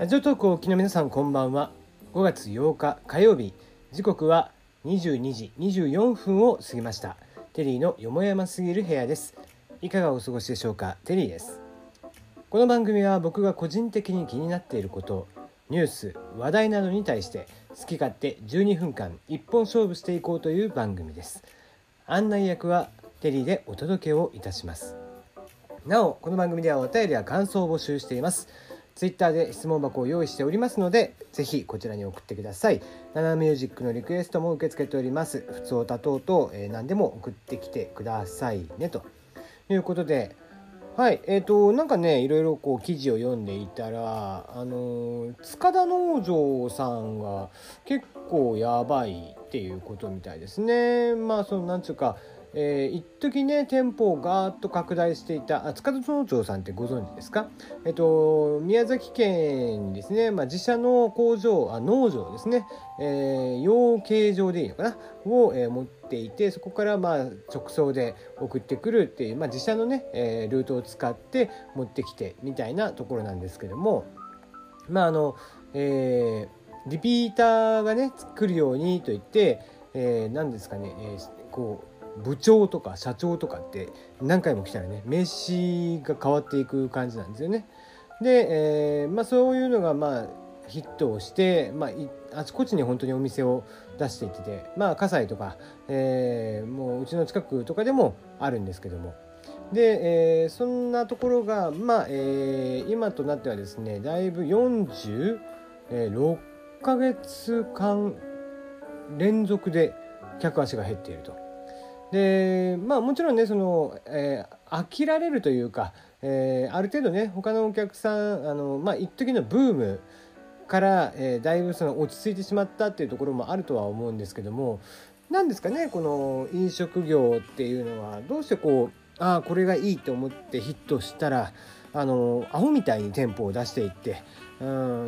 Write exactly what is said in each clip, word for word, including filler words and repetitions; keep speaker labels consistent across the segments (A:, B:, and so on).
A: ラジオトークをお聞きの皆さん、こんばんは。ごがつようか火曜日、時刻はにじゅうにじにじゅうよんぷんを過ぎました。テリーのよもやますぎる部屋です。いかがお過ごしでしょうか。テリーです。この番組は僕が個人的に気になっていること、ニュース、話題などに対して好き勝手じゅうにふんかん一本勝負していこうという番組です。案内役はテリーでお届けをいたします。なお、この番組ではお便りや感想を募集しています。ツイッターで質問箱を用意しておりますので、ぜひこちらに送ってください。ナナミュージックのリクエストも受け付けております。ふつおた等々、えー、何でも送ってきてくださいねということで、はいえーとなんかね、いろいろこう記事を読んでいたら、あのー、塚田農場さんが結構やばいっていうことみたいですね。まあそのなんつうか、えー、一時ね店舗をガーッと拡大していたあ塚田農場さんってご存知ですか。えっと宮崎県にですね、まあ、自社の工場あ農場ですね、えー、養鶏場でいいのかなを、えー、持っていて、そこからまあ直送で送ってくるっていう、まあ、自社のね、えー、ルートを使って持ってきてみたいなところなんですけども、まああの、えー、リピーターがね来るようにと言って、えー、何ですかね、えー、こう部長とか社長とかって何回も来たらね名刺が変わっていく感じなんですよね。で、えーまあ、そういうのがまあヒットをして、まあ、あちこちに本当にお店を出していってて、まあ葛西とか、えー、もううちの近くとかでもあるんですけども、で、えー、そんなところが、まあえー、今となってはですね、だいぶよんじゅうろっかげつかん連続で客足が減っていると。でまあもちろんねその、えー、飽きられるというか、えー、ある程度ね他のお客さんあのまあ一時のブームから、えー、だいぶその落ち着いてしまったっていうところもあるとは思うんですけども、なんですかね、この飲食業っていうのはどうしてこうああこれがいいと思ってヒットしたらあのアホみたいに店舗を出していって、うん、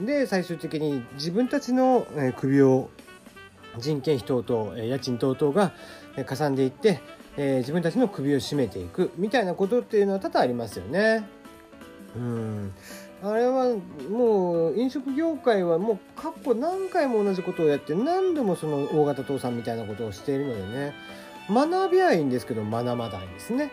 A: で最終的に自分たちの、えー、首を人件費等々家賃等々がかさんでいって、えー、自分たちの首を絞めていくみたいなことっていうのは多々ありますよね。うんあれはもう飲食業界はもう過去何回も同じことをやって何度もその大型倒産みたいなことをしているのでね、学びはいいんですけど学ばないんですね。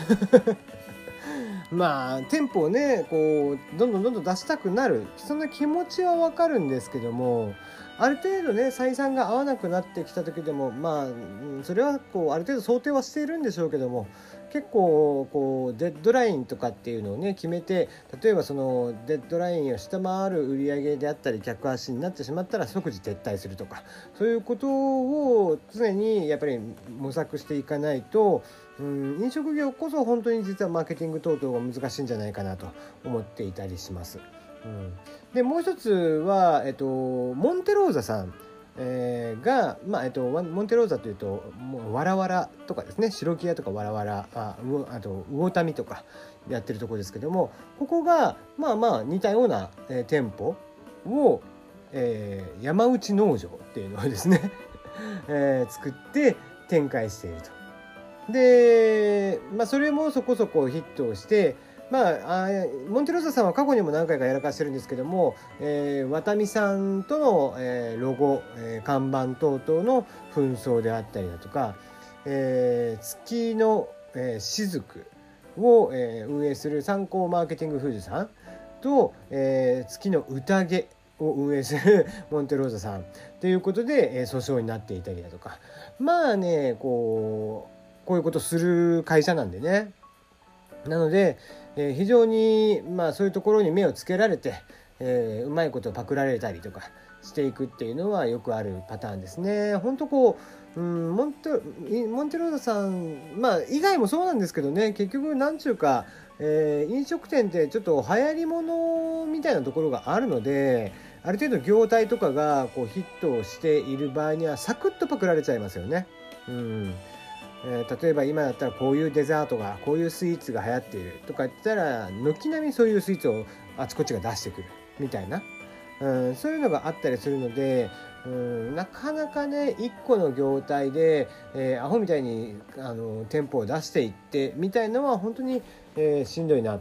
A: まあ店舗をねこうどんどんどんどん出したくなるそんな気持ちはわかるんですけども、ある程度ね採算が合わなくなってきた時でもまあそれはこうある程度想定はしているんでしょうけども、結構こうデッドラインとかっていうのをね決めて、例えばそのデッドラインを下回る売り上げであったり客足になってしまったら即時撤退するとか、そういうことを常にやっぱり模索していかないと、うん、飲食業こそ本当に実はマーケティング等々が難しいんじゃないかなと思っていたりします。うん、でもう一つは、えっと、モンテローザさん、えー、が、まあえっと、モンテローザというともうわらわらとかですね、白木屋とかわらわら あ, あと魚民とかやってるところですけども、ここがまあまあ似たような、えー、店舗を、えー、山内農場っていうのをですね、えー、作って展開していると。で、まあ、それもそこそこヒットをして、まあ、あモンテローザさんは過去にも何回かやらかしてるんですけども、えー、ワタミさんとの、えー、ロゴ、えー、看板等々の紛争であったりだとか、えー、月の、えー、雫を、えー、運営する参考マーケティングフーズさんと、えー、月の宴を運営するモンテローザさんということで、えー、訴訟になっていたりだとか、まあねこうこういうことする会社なんでね。なので、えー、非常に、まあ、そういうところに目をつけられて、えー、うまいことパクられたりとかしていくっていうのはよくあるパターンですね。本当こう、うん、モンテ、モンテローザさん、まあ、以外もそうなんですけどね、結局なんちゅうか、えー、飲食店ってちょっと流行り物みたいなところがあるので、ある程度業態とかがこうヒットをしている場合にはサクッとパクられちゃいますよね。うんえー、例えば今だったらこういうデザートがこういうスイーツが流行っているとか言ったら軒並みそういうスイーツをあちこちが出してくるみたいな、うん、そういうのがあったりするので、うん、なかなかね一個の業態で、えー、アホみたいにあの店舗を出していってみたいのは本当に、えー、しんどいなと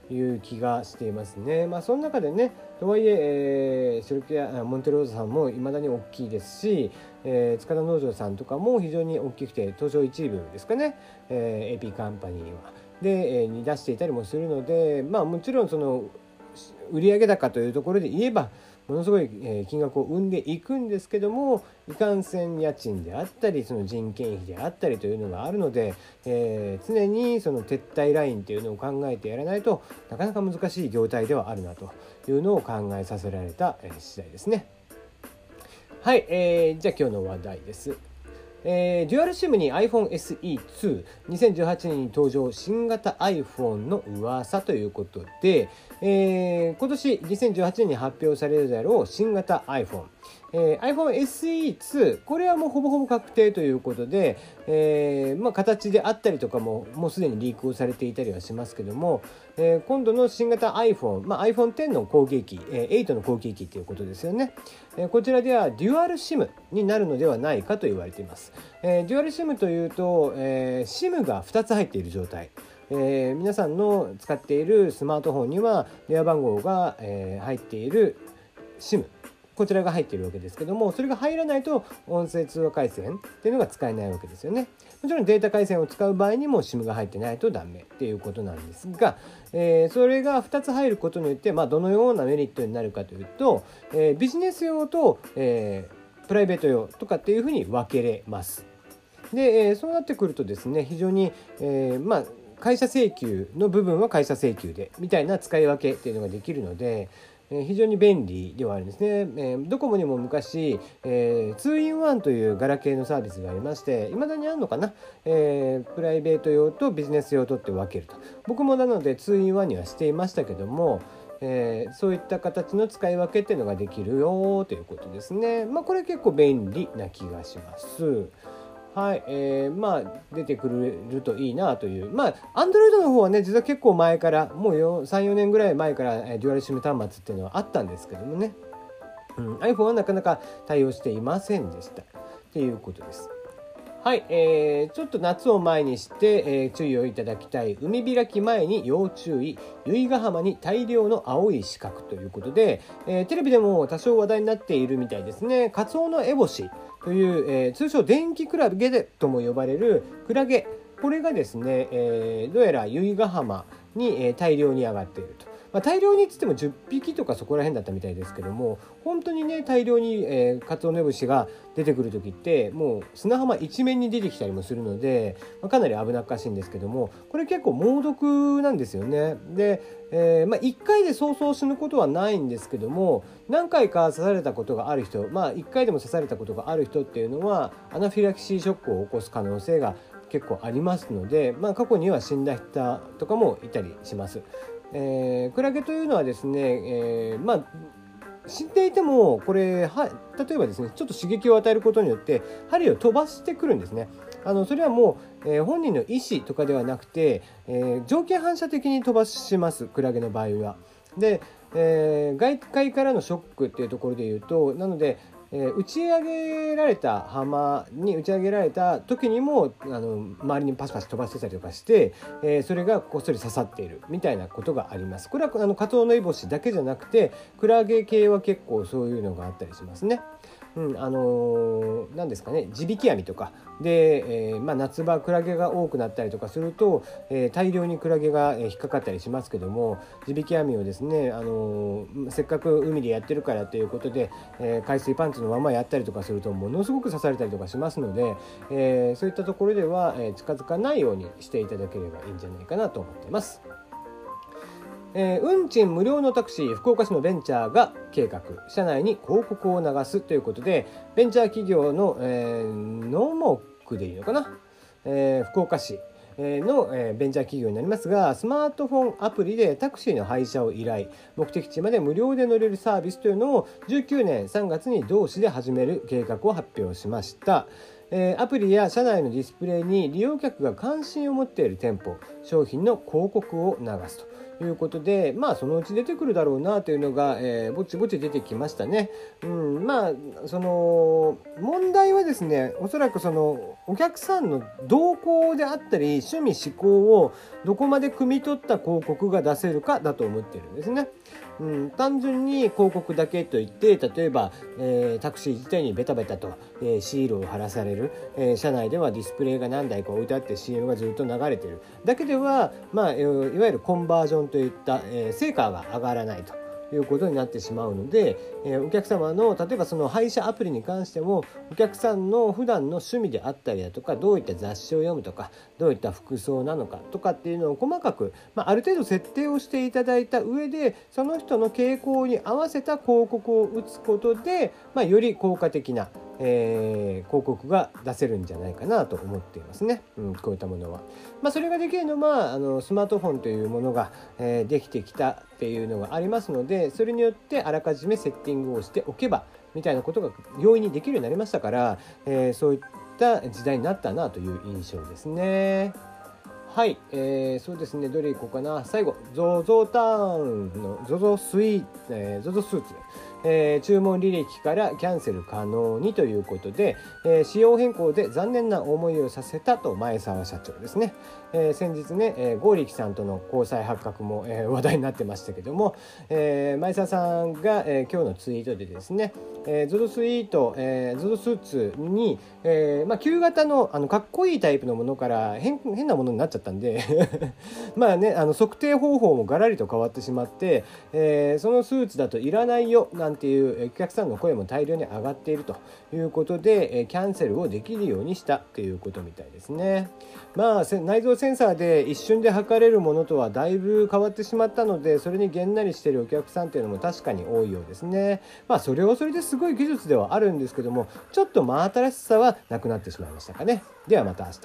A: いう気がしていますね。まあその中でね、とはいええー、シルキアモンテローザさんも未だに大きいですし、えー、塚田農場さんとかも非常に大きくて東証一部ですかね、えー、エーピー カンパニーはで、えー、に出していたりもするので、まあもちろんその売上高というところで言えばものすごい金額を生んでいくんですけども、いかんせん家賃であったりその人件費であったりというのがあるので、えー、常にその撤退ラインっていうのを考えてやらないとなかなか難しい業態ではあるなというのを考えさせられた次第ですね。はい、えー、じゃあ今日の話題です。えー、デュアルシムに iPhone エスイーツー、にせんじゅうはちねんに登場新型 iPhone の噂ということで、えー、今年にせんじゅうはちねんに発表されるであろう新型 iPhone、えー、iPhone エスイーツー、これはもうほぼほぼ確定ということで、えーまあ、形であったりとかももうすでにリークをされていたりはしますけども、えー、今度の新型 iPhone、まあ、アイフォンテン の後継機、えー、エイトの後継機ということですよね。えー、こちらではデュアル SIM になるのではないかと言われています。えー、デュアル SIM というと、えー、SIM がふたつ入っている状態、えー、皆さんの使っているスマートフォンには電話番号が、えー、入っている SIM、こちらが入っているわけですけども、それが入らないと音声通話回線っていうのが使えないわけですよね。もちろんデータ回線を使う場合にも SIM が入ってないとダメっていうことなんですが、えー、それがふたつ入ることによって、まあ、どのようなメリットになるかというと、えー、ビジネス用と、えー、プライベート用とかっていうふうに分けれます。で、えー、そうなってくるとですね、非常に、えー、まあ会社請求の部分は会社請求でみたいな使い分けっていうのができるので、えー、非常に便利ではあるんですね。えー、ドコモにも昔、えー、ツーインワンというガラケーのサービスがありまして、未だにあるのかな、えー、プライベート用とビジネス用とって分けると。僕もなのでツーインワンにはしていましたけども、えー、そういった形の使い分けっていうのができるよということですね。まあこれ結構便利な気がします。はい、えー、まあ出てくれるといいなという。まあ Android の方はね、実は結構前からもうさん、よねんぐらい前からデュアルシム端末っていうのはあったんですけどもね、うん、iPhone はなかなか対応していませんでしたっていうことです。はい、えー、ちょっと夏を前にして、えー、注意をいただきたい。海開き前に要注意、由比ヶ浜に大量の青い四角ということで、えー、テレビでも多少話題になっているみたいですね。カツオノエボシという、えー、通称電気クラゲとも呼ばれるクラゲ、これがですね、えー、どうやら由比ヶ浜に、えー、大量に上がっていると。まあ、大量にっつってもじゅっぴきとかそこら辺だったみたいですけども、本当にね大量に、えー、カツオノエボシが出てくる時ってもう砂浜一面に出てきたりもするので、まあ、かなり危なっかしいんですけども、これ結構猛毒なんですよね。で、えーまあ、いっかいで早々死ぬことはないんですけども、何回か刺されたことがある人、まあいっかいでも刺されたことがある人っていうのはアナフィラキシーショックを起こす可能性が結構ありますので、まあ、過去には死んだ人とかもいたりします。えー、クラゲというのはですね、えー、まあ死んでいてもこれは例えばですね、ちょっと刺激を与えることによって針を飛ばしてくるんですね。あのそれはもう、えー、本人の意思とかではなくて、えー、条件反射的に飛ばします、クラゲの場合は。で、えー、外界からのショックっていうところで言うと、なのでえー、打ち上げられた浜に打ち上げられた時にもあの周りにパシパシ飛ばしてたりとかして、えー、それがこっそり刺さっているみたいなことがあります。これはあのカツオノエボシだけじゃなくてクラゲ系は結構そういうのがあったりしますね。うん、あのー、何ですかね、地引き網とかで、えーまあ、夏場クラゲが多くなったりとかすると、えー、大量にクラゲが引っかかったりしますけども、地引き網をですね、あのー、せっかく海でやってるからということで、えー、海水パンツのままやったりとかするとものすごく刺されたりとかしますので、えー、そういったところでは、えー、近づかないようにしていただければいいんじゃないかなと思っています。えー、運賃無料のタクシー、福岡市のベンチャーが計画、社内に広告を流すということで、ベンチャー企業の、えー、ノモクでいいのかな、えー、福岡市の、えー、ベンチャー企業になりますが、スマートフォンアプリでタクシーの配車を依頼、目的地まで無料で乗れるサービスというのをじゅうきゅうねんさんがつに同市で始める計画を発表しました。えー、アプリや社内のディスプレイに利用客が関心を持っている店舗、商品の広告を流すということで、まあそのうち出てくるだろうなというのが、えー、ぼちぼち出てきましたね。うん、まあその問題はですね、おそらくそのお客さんの動向であったり趣味嗜好をどこまで汲み取った広告が出せるかだと思ってるんですね。うん、単純に広告だけといって、例えば、えー、タクシー自体にベタベタと、えー、シールを貼らされる、えー、車内ではディスプレイが何台か置いてあって シーエム がずっと流れているだけでは、まあ、いわゆるコンバージョンといった、えー、成果が上がらないということになってしまうので、えー、お客様の例えばその配車アプリに関してもお客さんの普段の趣味であったりだとか、どういった雑誌を読むとか、どういった服装なのかとかっていうのを細かく、まあ、ある程度設定をしていただいた上で、その人の傾向に合わせた広告を打つことで、まあ、より効果的なえー、広告が出せるんじゃないかなと思っていますね、うん、こういったものは、まあ、それができるのはあのスマートフォンというものが、えー、できてきたっていうのがありますので、それによってあらかじめセッティングをしておけばみたいなことが容易にできるようになりましたから、えー、そういった時代になったなという印象ですね。はい、えー、そうですね、どれいこうかな。最後 ゾゾ ターンの ゾゾ スイー、えー、ゾゾ スーツ、えー、注文履歴からキャンセル可能にということで、えー、仕様変更で残念な思いをさせたと前澤社長ですね、えー、先日ね、えー、剛力さんとの交際発覚も、えー、話題になってましたけども、えー、前澤さんが、えー、今日のツイートでですね、えー、ゾゾ スイート、えー、ゾゾ スーツに、えーまあ、旧型の、あのかっこいいタイプのものから変、変なものになっちゃったんでまあね、あの測定方法もガラリと変わってしまって、えー、そのスーツだといらないよなんていうお客さんの声も大量に上がっているということで、えー、キャンセルをできるようにしたということみたいですね。まあ内蔵センサーで一瞬で測れるものとはだいぶ変わってしまったので、それにげんなりしているお客さんというのも確かに多いようですね。まあそれはそれですごい技術ではあるんですけども、ちょっと真新しさはなくなってしまいましたかね。ではまた明日。